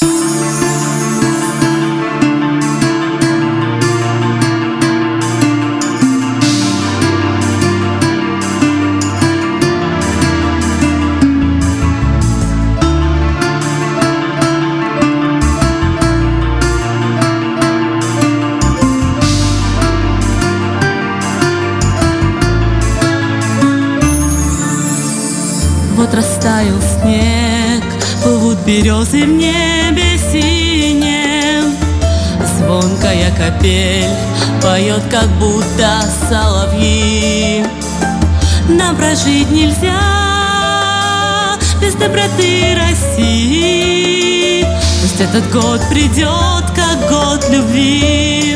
Вот растаял снег, плывут березы в небе синем. Звонкая капель поет, как будто соловьи. Нам прожить нельзя без доброты России. Пусть этот год придет, как год любви.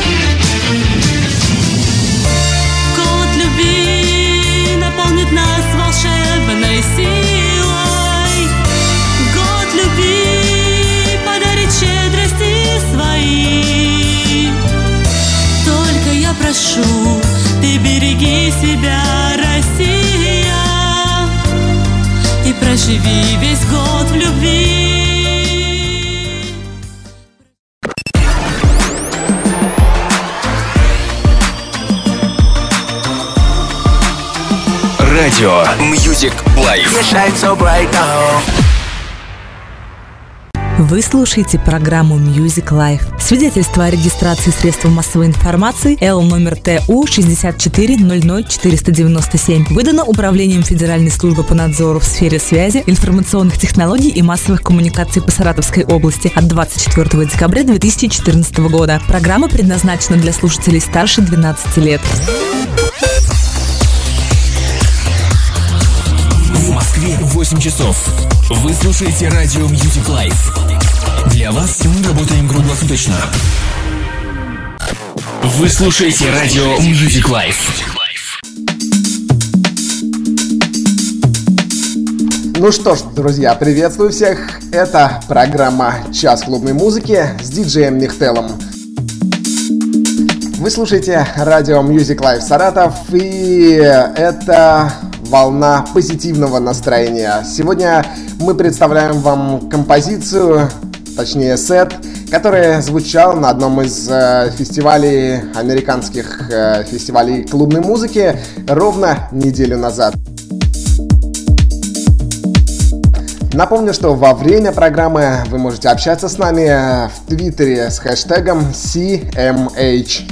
Год любви наполнит нас волшебной силой. Год любви подарит щедрости свои. Только я прошу, ты береги себя, Россия, и проживи весь год в любви. Радио Music Life. Вы слушаете программу Music Life. Свидетельство о регистрации средств массовой информации Л номер ТУ 6400497 выдано Управлением Федеральной службы по надзору в сфере связи, информационных технологий и массовых коммуникаций по Саратовской области от 24 декабря 2014 года. Программа предназначена для слушателей старше 12 лет. В Москве 8 часов. Вы слушаете радио Music Life. Для вас мы работаем круглосуточно. Вы слушаете радио Music Life. Ну что ж, друзья, приветствую всех. Это программа «Час клубной музыки» с диджеем Михтелом. Вы слушаете радио Music Life Саратов, и это волна позитивного настроения. Сегодня мы представляем вам композицию, точнее сет, который звучал на одном из фестивалей, американских фестивалей клубной музыки ровно неделю назад. Напомню, что во время программы вы можете общаться с нами в Твиттере с хэштегом CMH.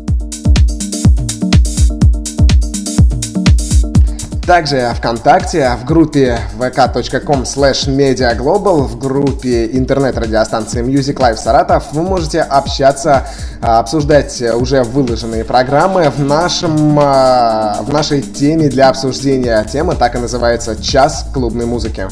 Также ВКонтакте, в группе vk.com/mediaglobal, в группе интернет-радиостанции Music Life Саратов вы можете общаться, обсуждать уже выложенные программы в нашей теме для обсуждения. Тема так и называется «Час клубной музыки».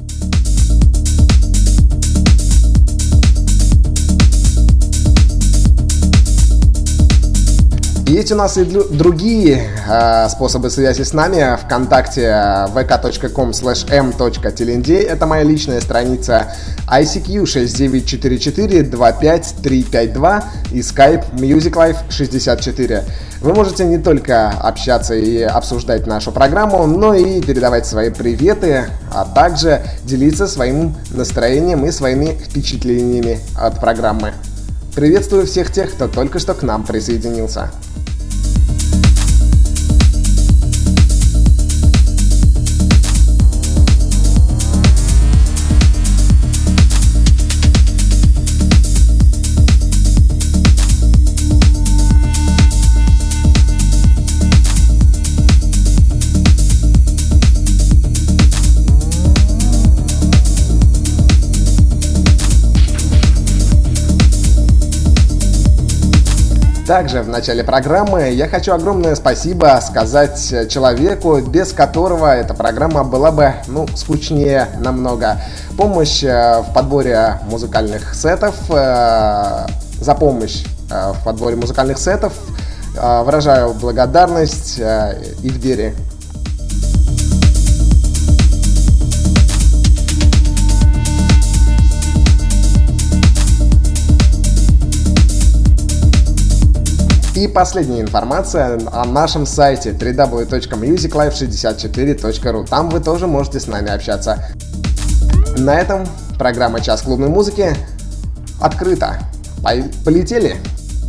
Есть у нас и другие способы связи с нами. ВКонтакте vk.com/m.telendey. Это моя личная страница. ICQ 6944-25352 и Skype Music Life 64. Вы можете не только общаться и обсуждать нашу программу, но и передавать свои приветы, а также делиться своим настроением и своими впечатлениями от программы. Приветствую всех тех, кто только что к нам присоединился. Также в начале программы я хочу огромное спасибо сказать человеку, без которого эта программа была бы, скучнее намного. Помощь в подборе музыкальных сетов, за помощь в подборе музыкальных сетов выражаю благодарность Игдере. И последняя информация о нашем сайте www.musiclife64.ru. Там вы тоже можете с нами общаться. На этом Программа «Час клубной музыки» открыта. Полетели!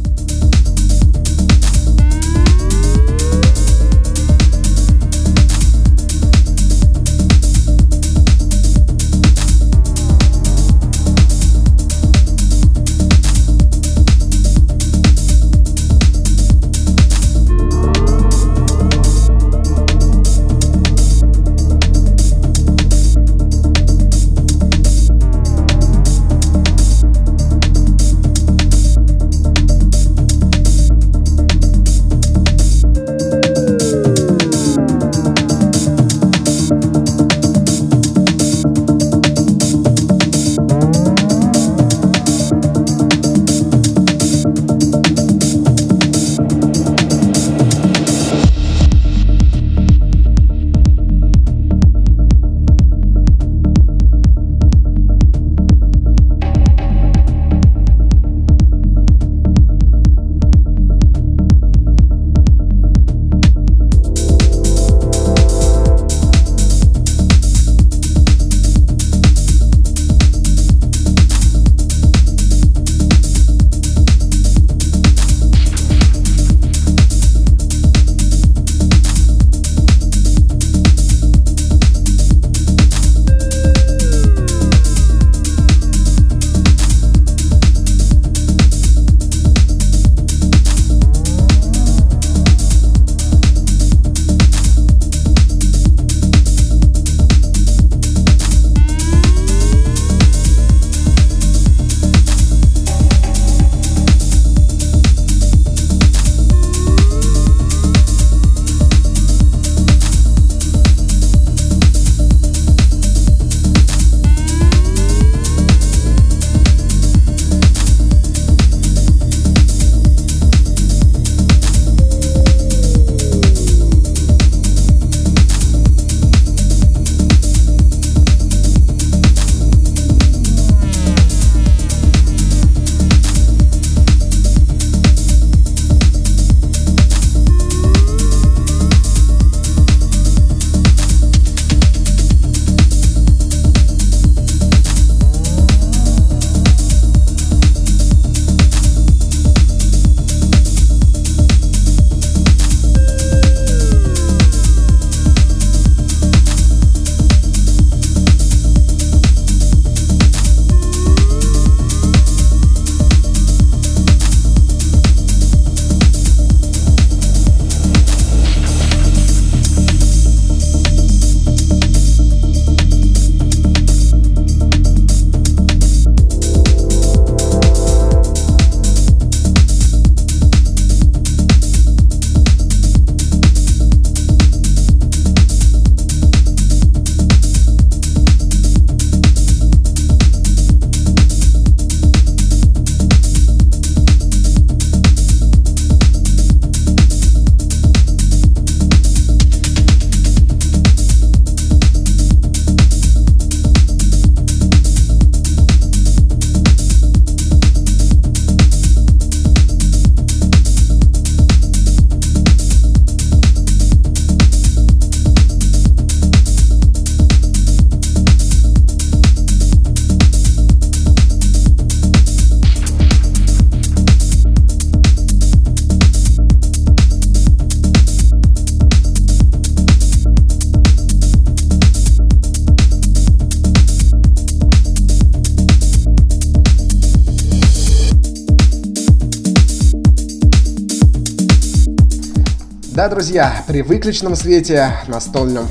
Да, друзья, при выключенном свете, настольном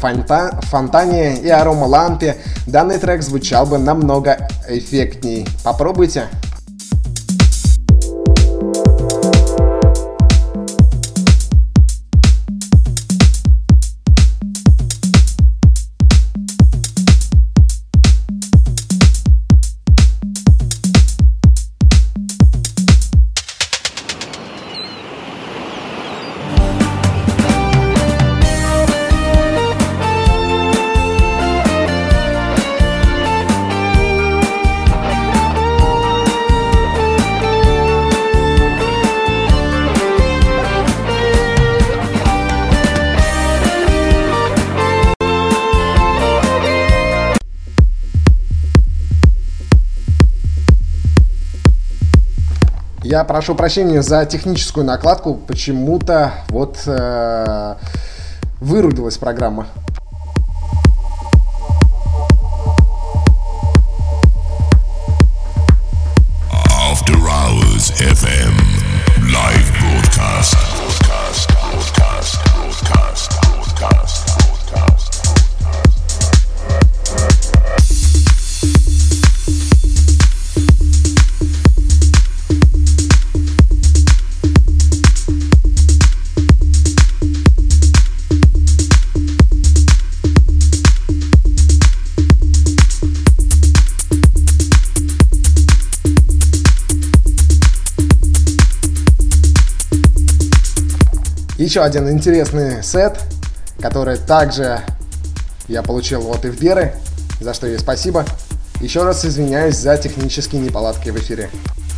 фонтане и аромалампе данный трек звучал бы намного эффектней. Попробуйте. Я прошу прощения за техническую накладку, почему-то вот вырубилась программа. After Hours FM Live Broadcast. Еще один интересный сет, который также я получил от Ивдеры, за что ей спасибо. Еще раз извиняюсь за технические неполадки в эфире.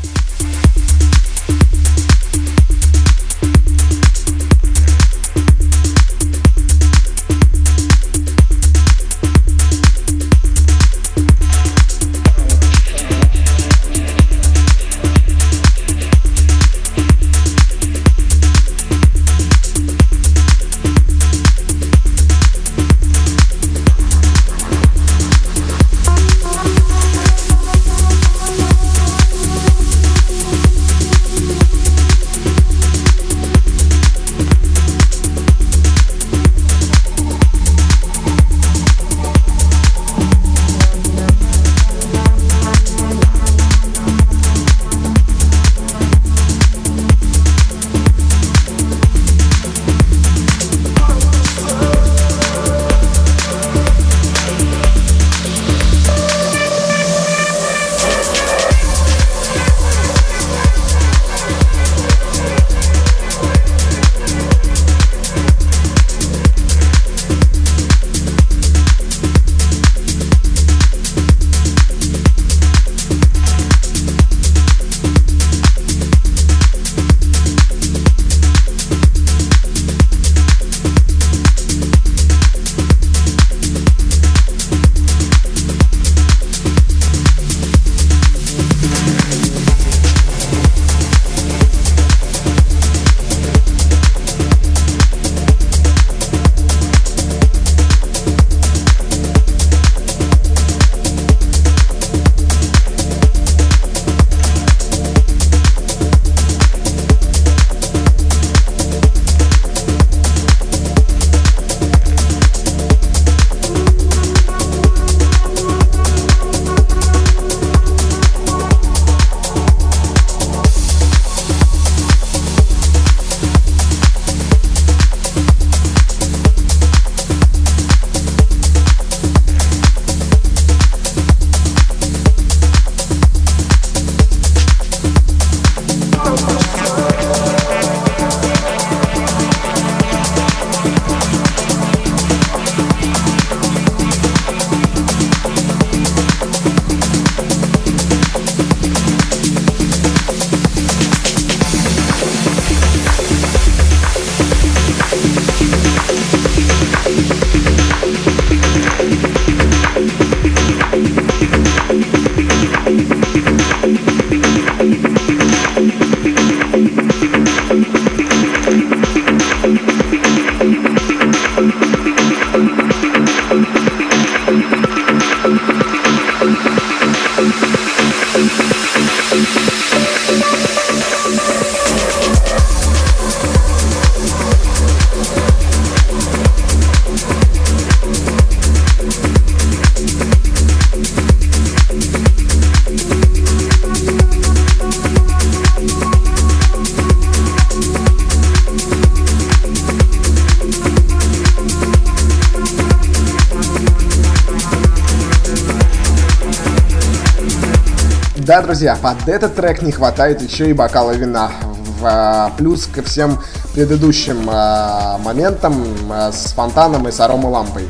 Да, друзья, под этот трек не хватает еще и бокала вина. Плюс ко всем предыдущим моментам с фонтаном и с аромалампой.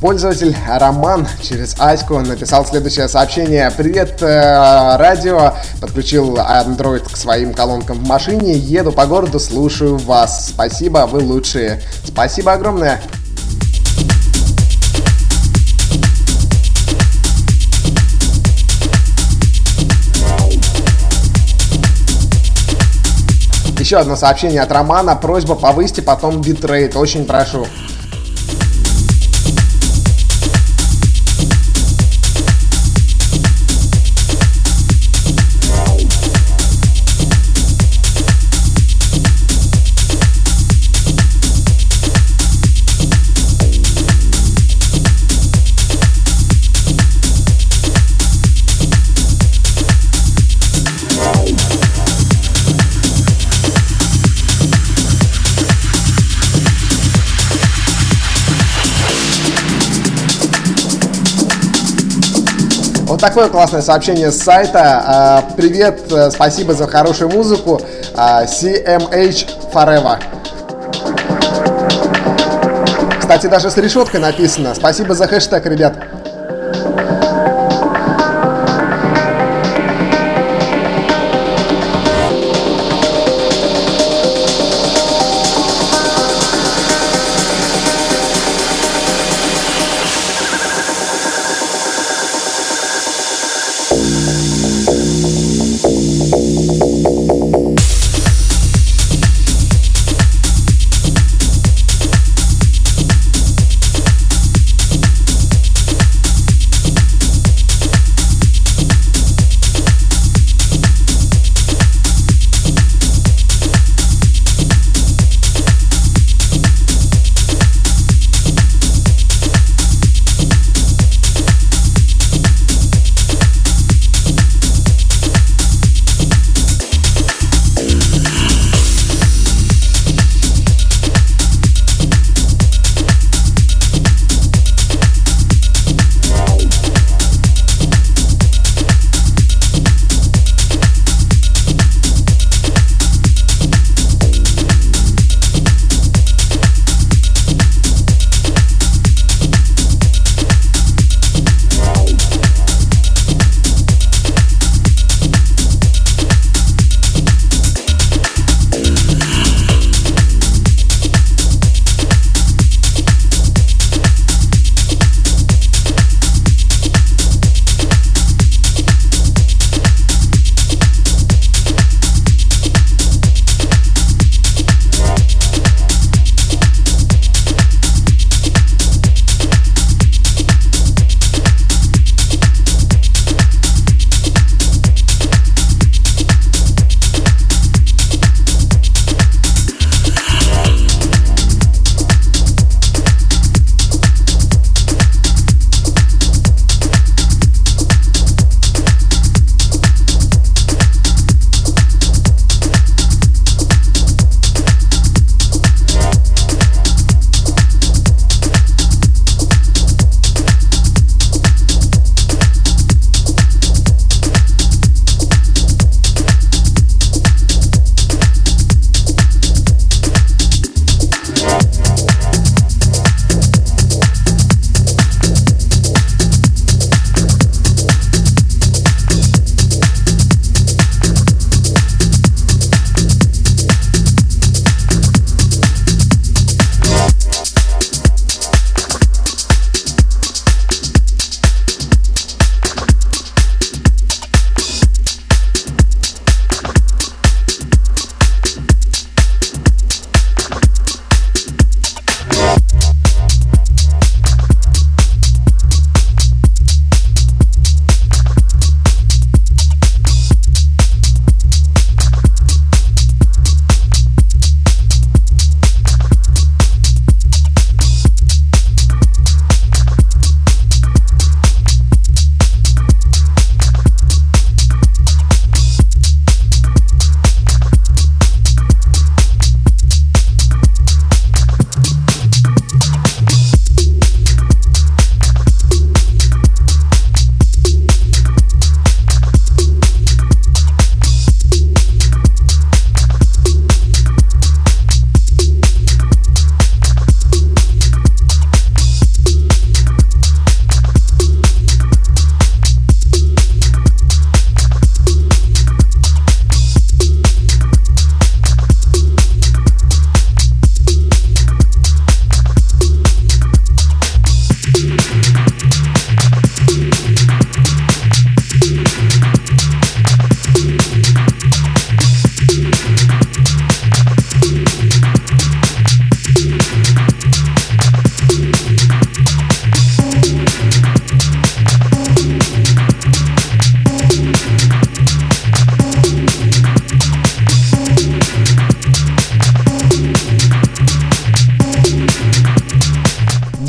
Пользователь Роман через Аську написал следующее сообщение. Привет, радио. Подключил Android к своим колонкам в машине. Еду по городу, слушаю вас. Спасибо, вы лучшие. Спасибо огромное. Еще одно сообщение от Романа. Просьба повысьте потом битрейт. Очень прошу. Вот такое классное сообщение с сайта. Привет, спасибо за хорошую музыку. CMH Forever. Кстати, даже с решеткой написано. Спасибо за хэштег, ребят.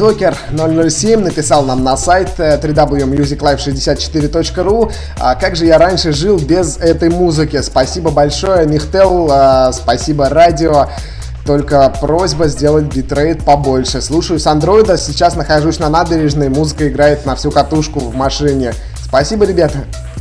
Докер 007 написал нам на сайт www.musiclife64.ru: как же я раньше жил без этой музыки. Спасибо большое, Михтел, спасибо радио. Только просьба сделать битрейт побольше. Слушаю с андроида, сейчас нахожусь на набережной, музыка играет на всю катушку в машине. Спасибо, ребята.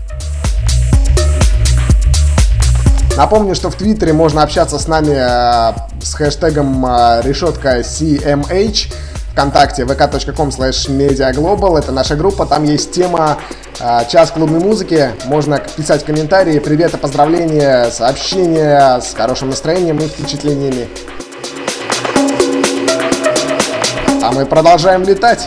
Напомню, что в Твиттере можно общаться с нами с хэштегом решетка CMH, ВКонтакте vk.com/mediaglobal, это наша группа, там есть тема «Час клубной музыки», можно писать комментарии, приветы, поздравления, сообщения с хорошим настроением и впечатлениями. А мы продолжаем летать.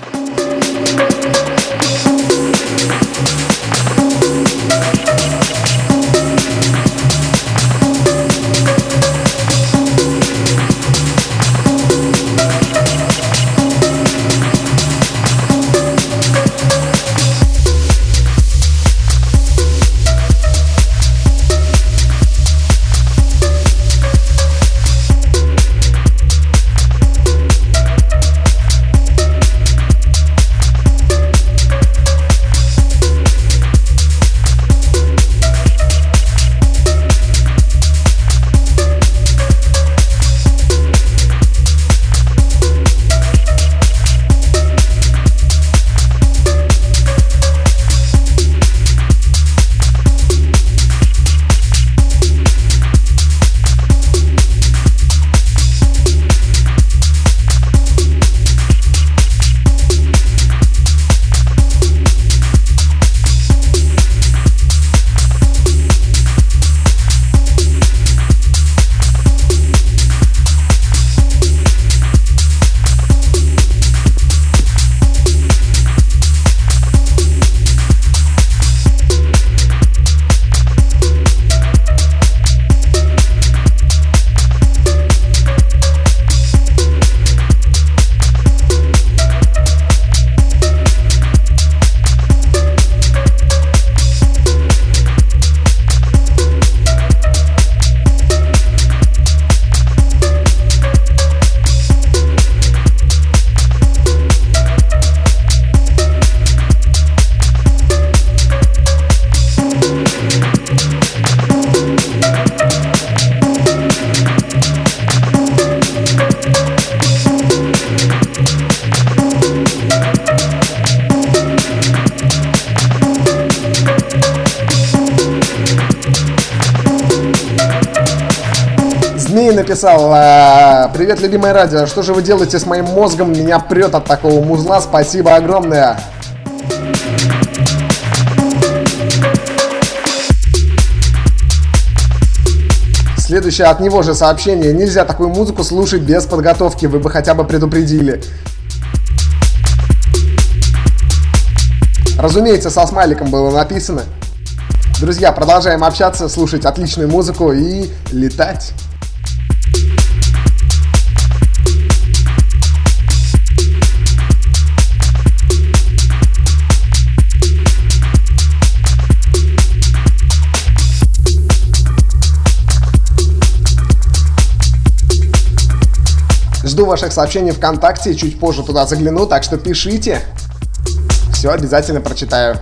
Написал: привет, любимое радио, что же вы делаете с моим мозгом, меня прет от такого музла, спасибо огромное. Следующее от него же сообщение: нельзя такую музыку слушать без подготовки, вы бы хотя бы предупредили. Разумеется, со смайликом было написано. Друзья, продолжаем общаться, слушать отличную музыку и летать. Жду ваших сообщений ВКонтакте, чуть позже туда загляну, так что пишите. Все обязательно прочитаю.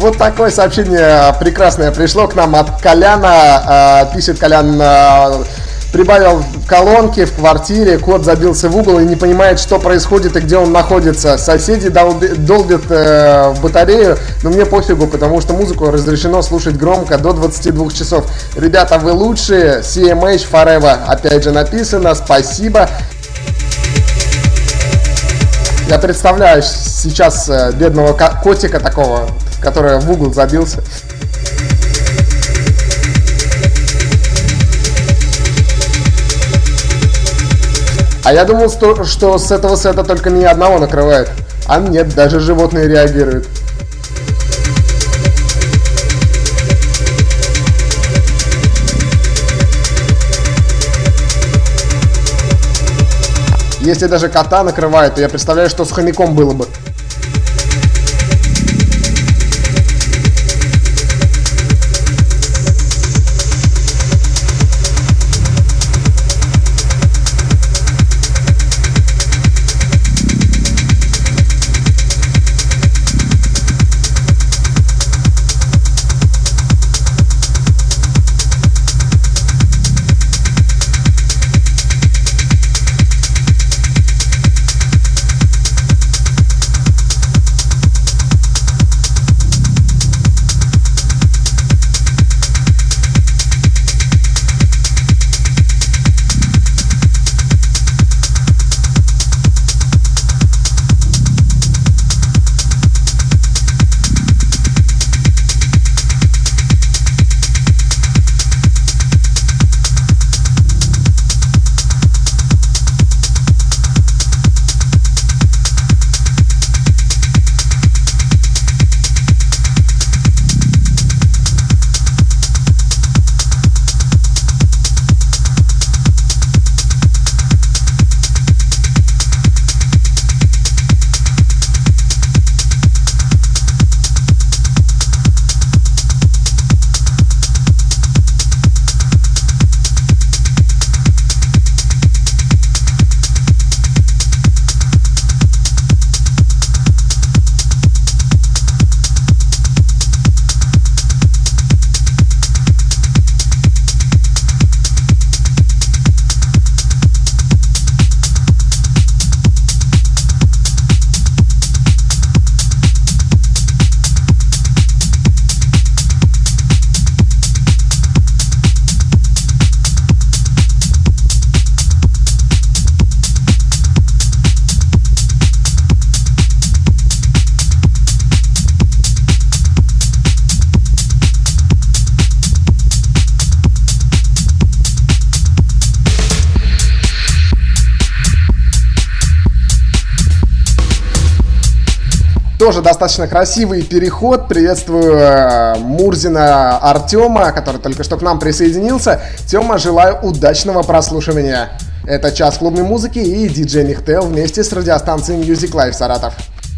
Вот такое сообщение прекрасное пришло к нам от Коляна. Пишет Колян: прибавил колонки в квартире, кот забился в угол и не понимает, что происходит и где он находится. Соседи долбят в батарею, но мне пофигу, потому что музыку разрешено слушать громко до 22 часов. Ребята, вы лучшие, CMH Forever, опять же написано, спасибо. Я представляю сейчас бедного котика такого, который в угол забился. А я думал, что с этого сета только меня одного накрывает. А нет, даже животные реагируют. Если даже кота накрывает, то я представляю, что с хомяком было бы. Тоже достаточно красивый переход. Приветствую Мурзина Артема, который только что к нам присоединился. Тема, желаю удачного прослушивания. Это час клубной музыки и диджей Михтел вместе с радиостанцией Music Life Саратов.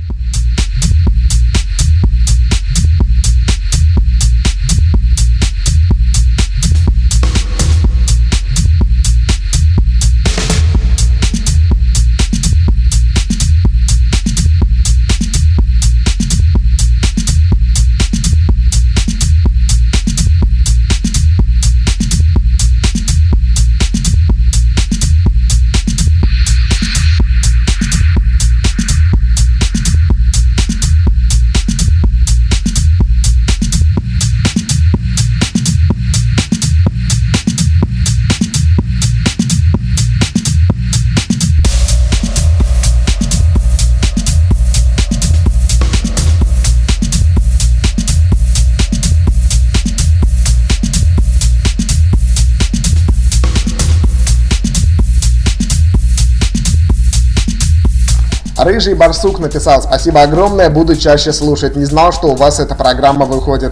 Рыжий Барсук написал: спасибо огромное, буду чаще слушать. Не знал, что у вас эта программа выходит.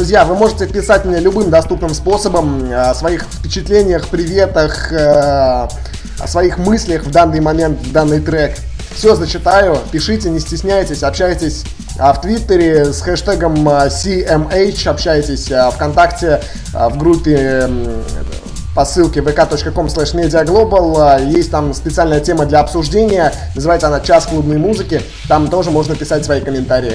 Друзья, вы можете писать мне любым доступным способом о своих впечатлениях, приветах, о своих мыслях в данный момент, в данный трек. Все зачитаю, пишите, не стесняйтесь, общайтесь в Твиттере с хэштегом CMH, общайтесь ВКонтакте в группе по ссылке vk.com/mediaglobal. Есть там специальная тема для обсуждения, называется она «Час клубной музыки», там тоже можно писать свои комментарии.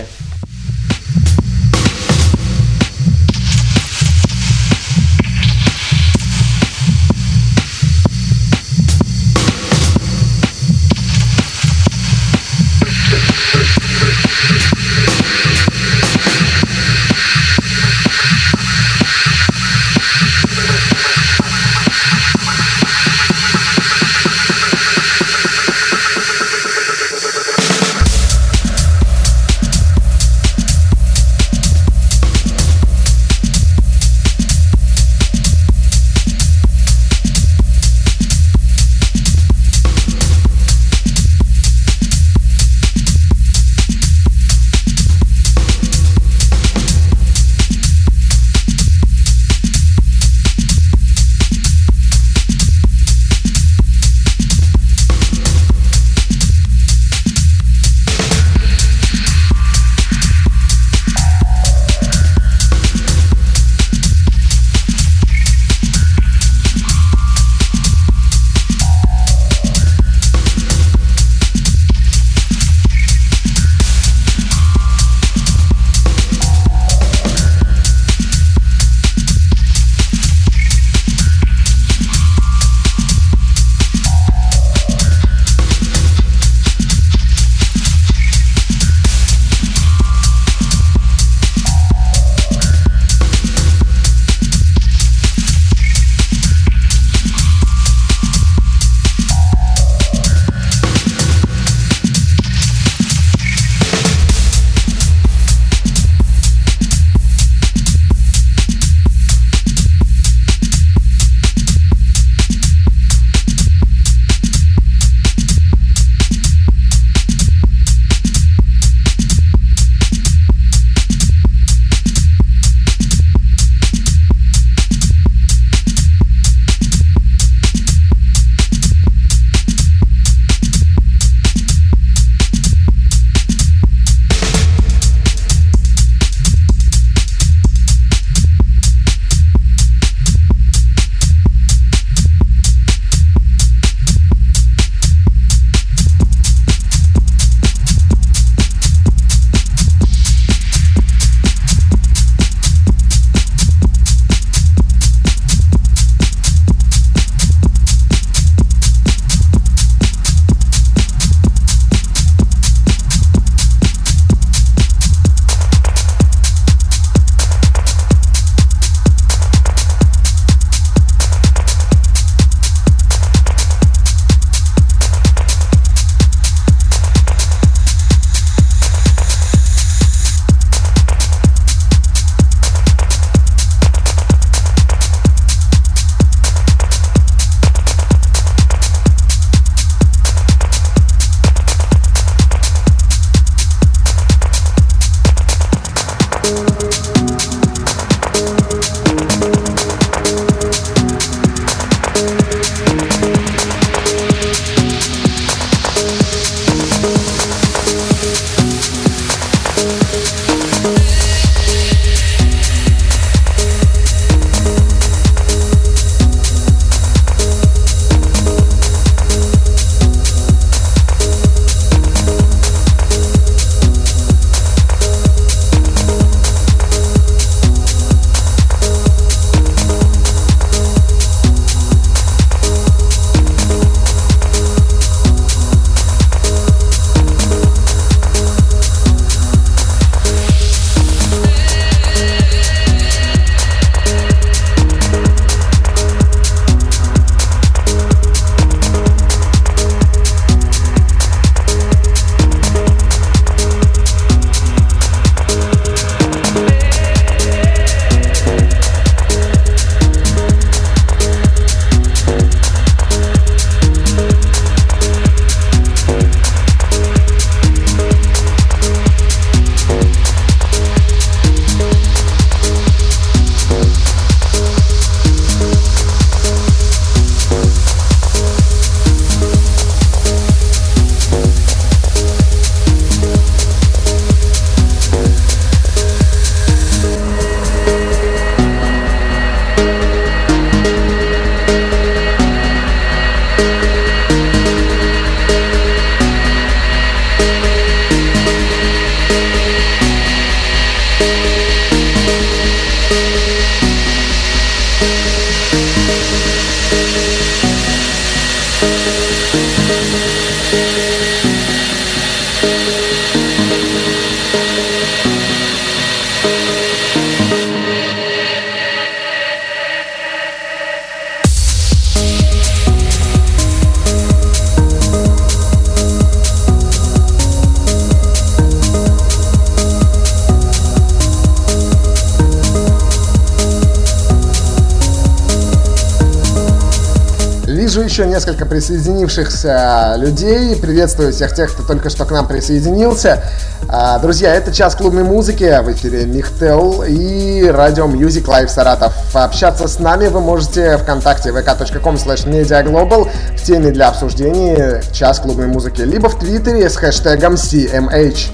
вижу еще несколько присоединившихся людей. Приветствую всех тех, кто только что к нам присоединился. Друзья, это час клубной музыки. В эфире Михтел и радио Music Live Саратов. Общаться с нами вы можете ВКонтакте vk.com/mediaglobal в теме для обсуждения час клубной музыки, либо в Твиттере с хэштегом CMH.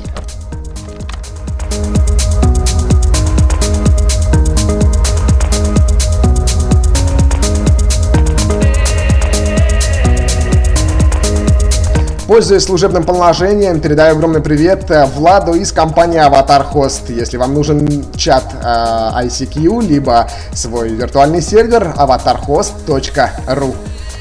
Пользуясь служебным положением, передаю огромный привет Владу из компании Avatar Host. Если вам нужен чат ICQ, либо свой виртуальный сервер, avatarhost.ru.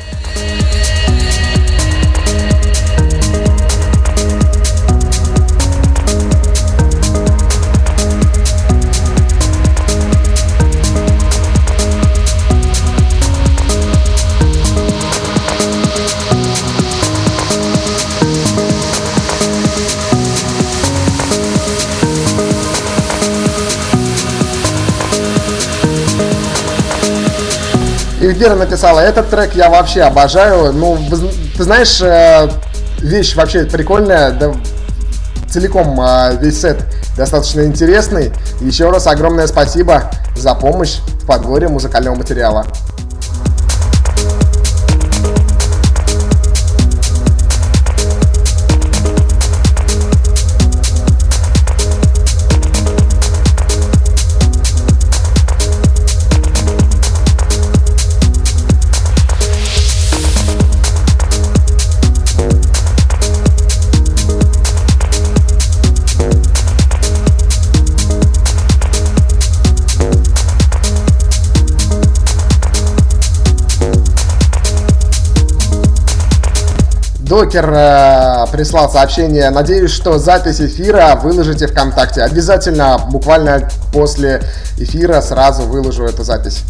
Вера написала: этот трек я вообще обожаю. Ну, ты знаешь, вещь вообще прикольная, да, целиком весь сет достаточно интересный. Еще раз огромное спасибо за помощь в подборе музыкального материала. Докер прислал сообщение: надеюсь, что запись эфира выложите ВКонтакте. Обязательно, буквально после эфира сразу выложу эту запись.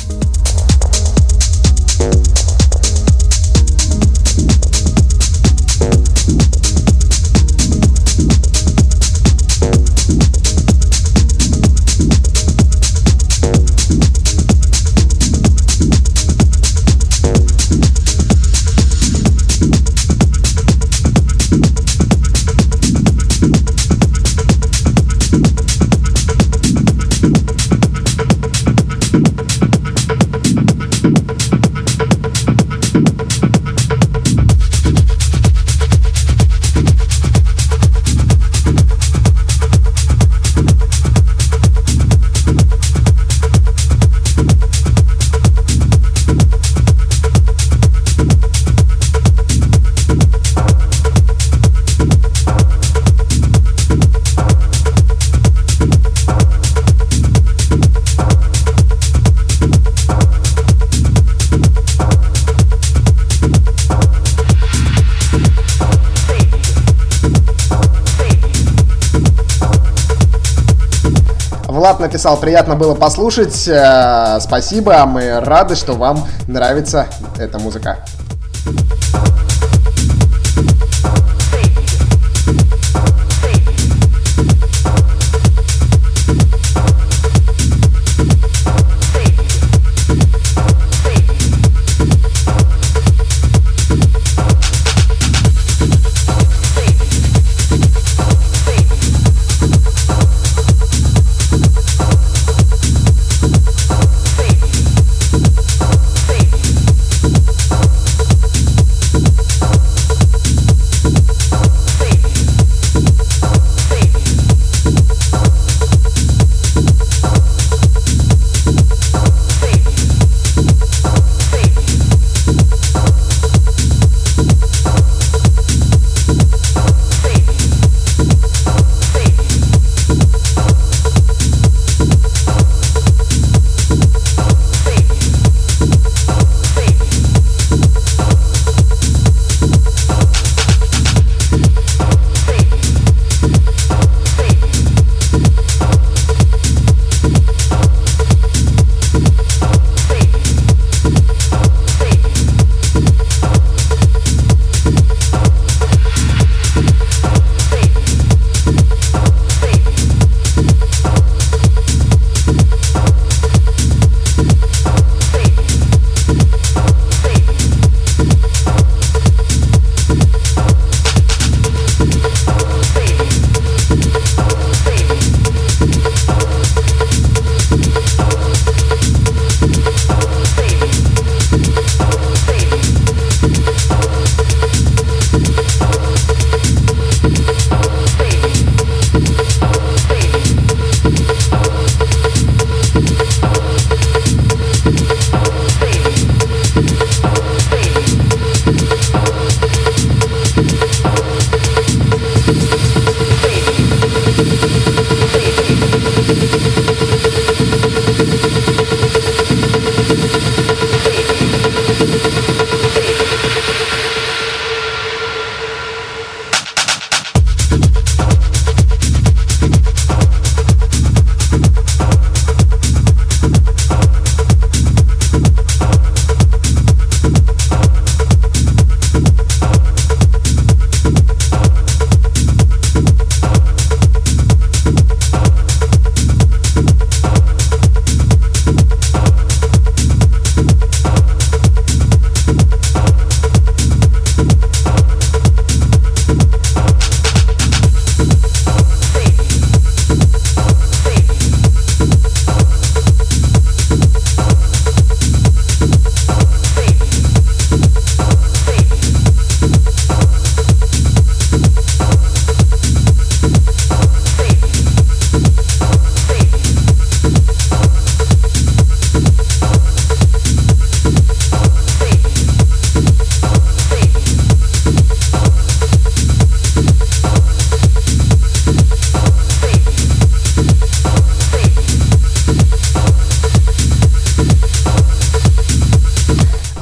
Влад написал: приятно было послушать, спасибо, мы рады, что вам нравится эта музыка.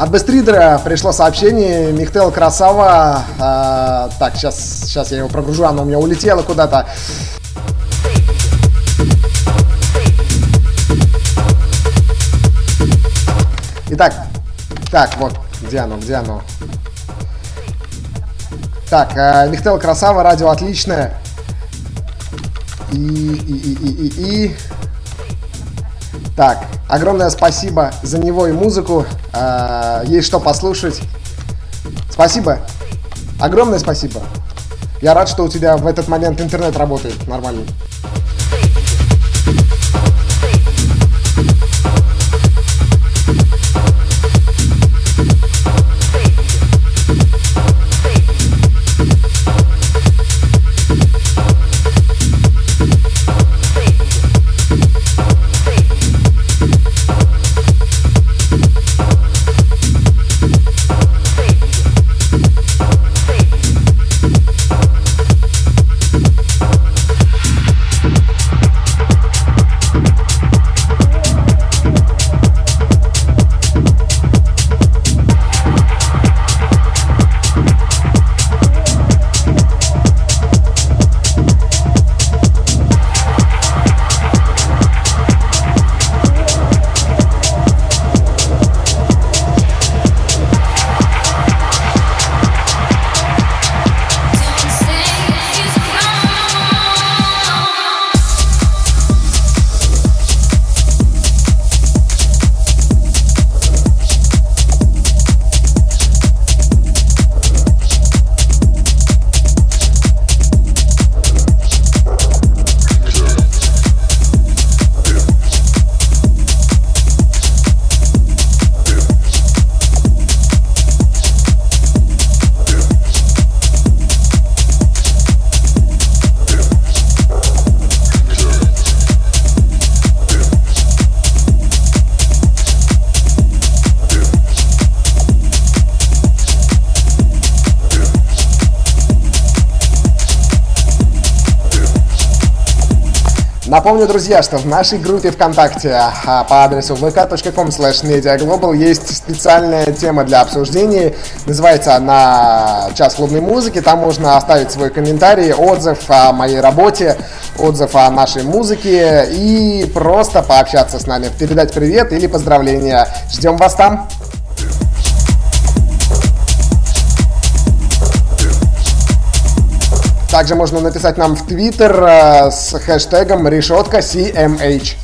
От Бестридера пришло сообщение. Михтел красава. Так, сейчас я его прогружу, оно у меня улетело куда-то. Итак, так, вот, где оно? Так, Михтел красава, радио отличное. Так, огромное спасибо за него и музыку. Есть что послушать. Спасибо. Огромное спасибо. Я рад, что у тебя в этот момент интернет работает нормально. Напомню, друзья, что в нашей группе ВКонтакте по адресу vk.com/mediaglobal есть специальная тема для обсуждений. Называется она «Час клубной музыки». Там можно оставить свой комментарий, отзыв о моей работе, отзыв о нашей музыке и просто пообщаться с нами, передать привет или поздравления. Ждем вас там! Также можно написать нам в Твиттер с хэштегом решетка CMH.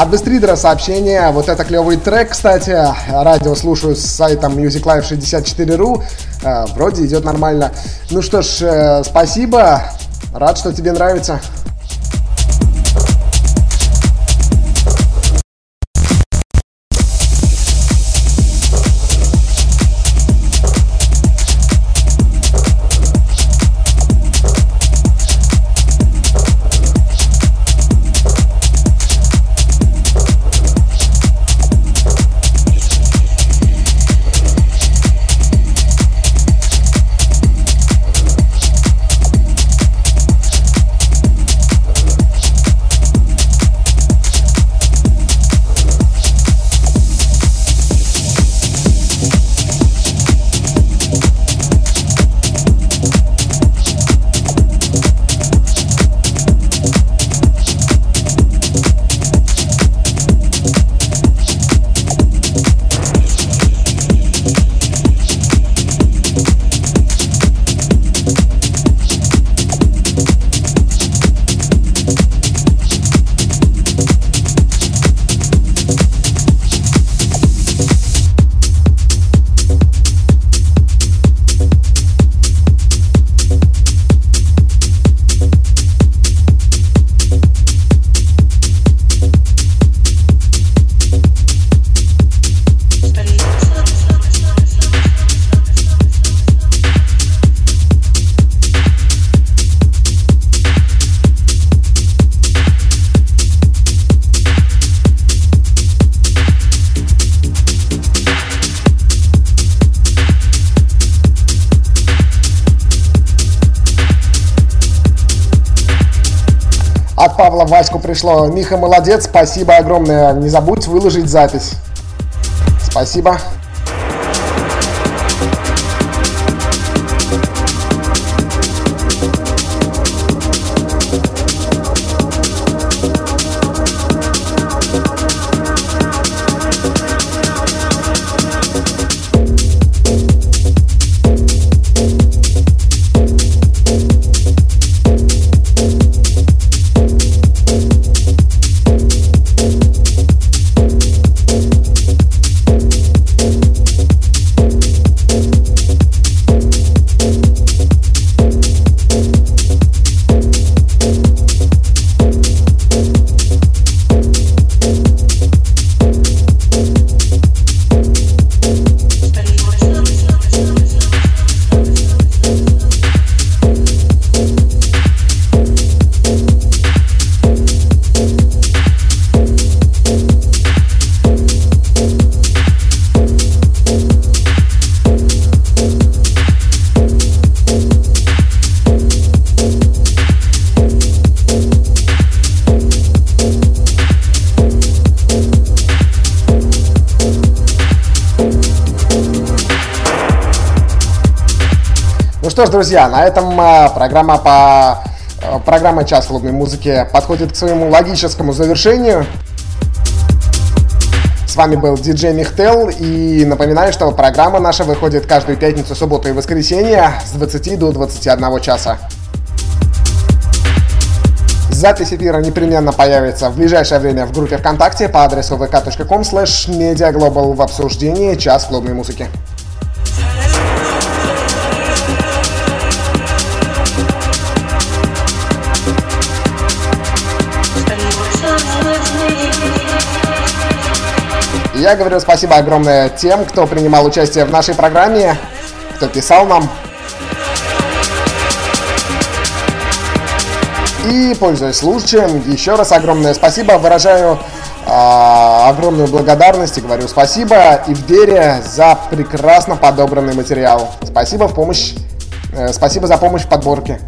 От Бестридера сообщение. Вот это клевый трек, кстати. Радио слушаю с сайтом musiclife64.ru. Вроде идет нормально. Ну что ж, спасибо. Рад, что тебе нравится. От Павла Ваську пришло. Миха, молодец, спасибо огромное. Не забудь выложить запись. Спасибо. Что ж, друзья, на этом программа «Час клубной музыки» подходит к своему логическому завершению. С вами был диджей Михтел, и напоминаю, что программа наша выходит каждую пятницу, субботу и воскресенье с 20 до 21 часа. Запись эфира непременно появится в ближайшее время в группе ВКонтакте по адресу vk.com/mediaglobal в обсуждении «Час клубной музыки». Я говорю спасибо огромное тем, кто принимал участие в нашей программе, кто писал нам. И, пользуясь случаем, еще раз огромное спасибо. Выражаю огромную благодарность и говорю спасибо и в вере за прекрасно подобранный материал. Спасибо за помощь в подборке.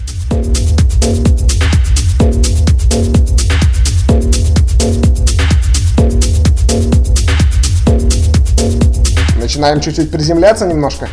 Начинаем чуть-чуть приземляться немножко.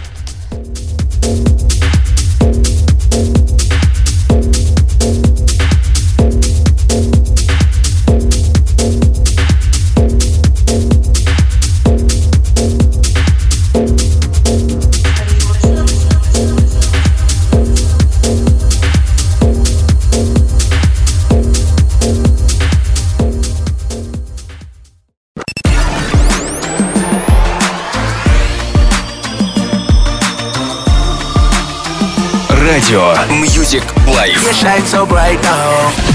Радио Music Life.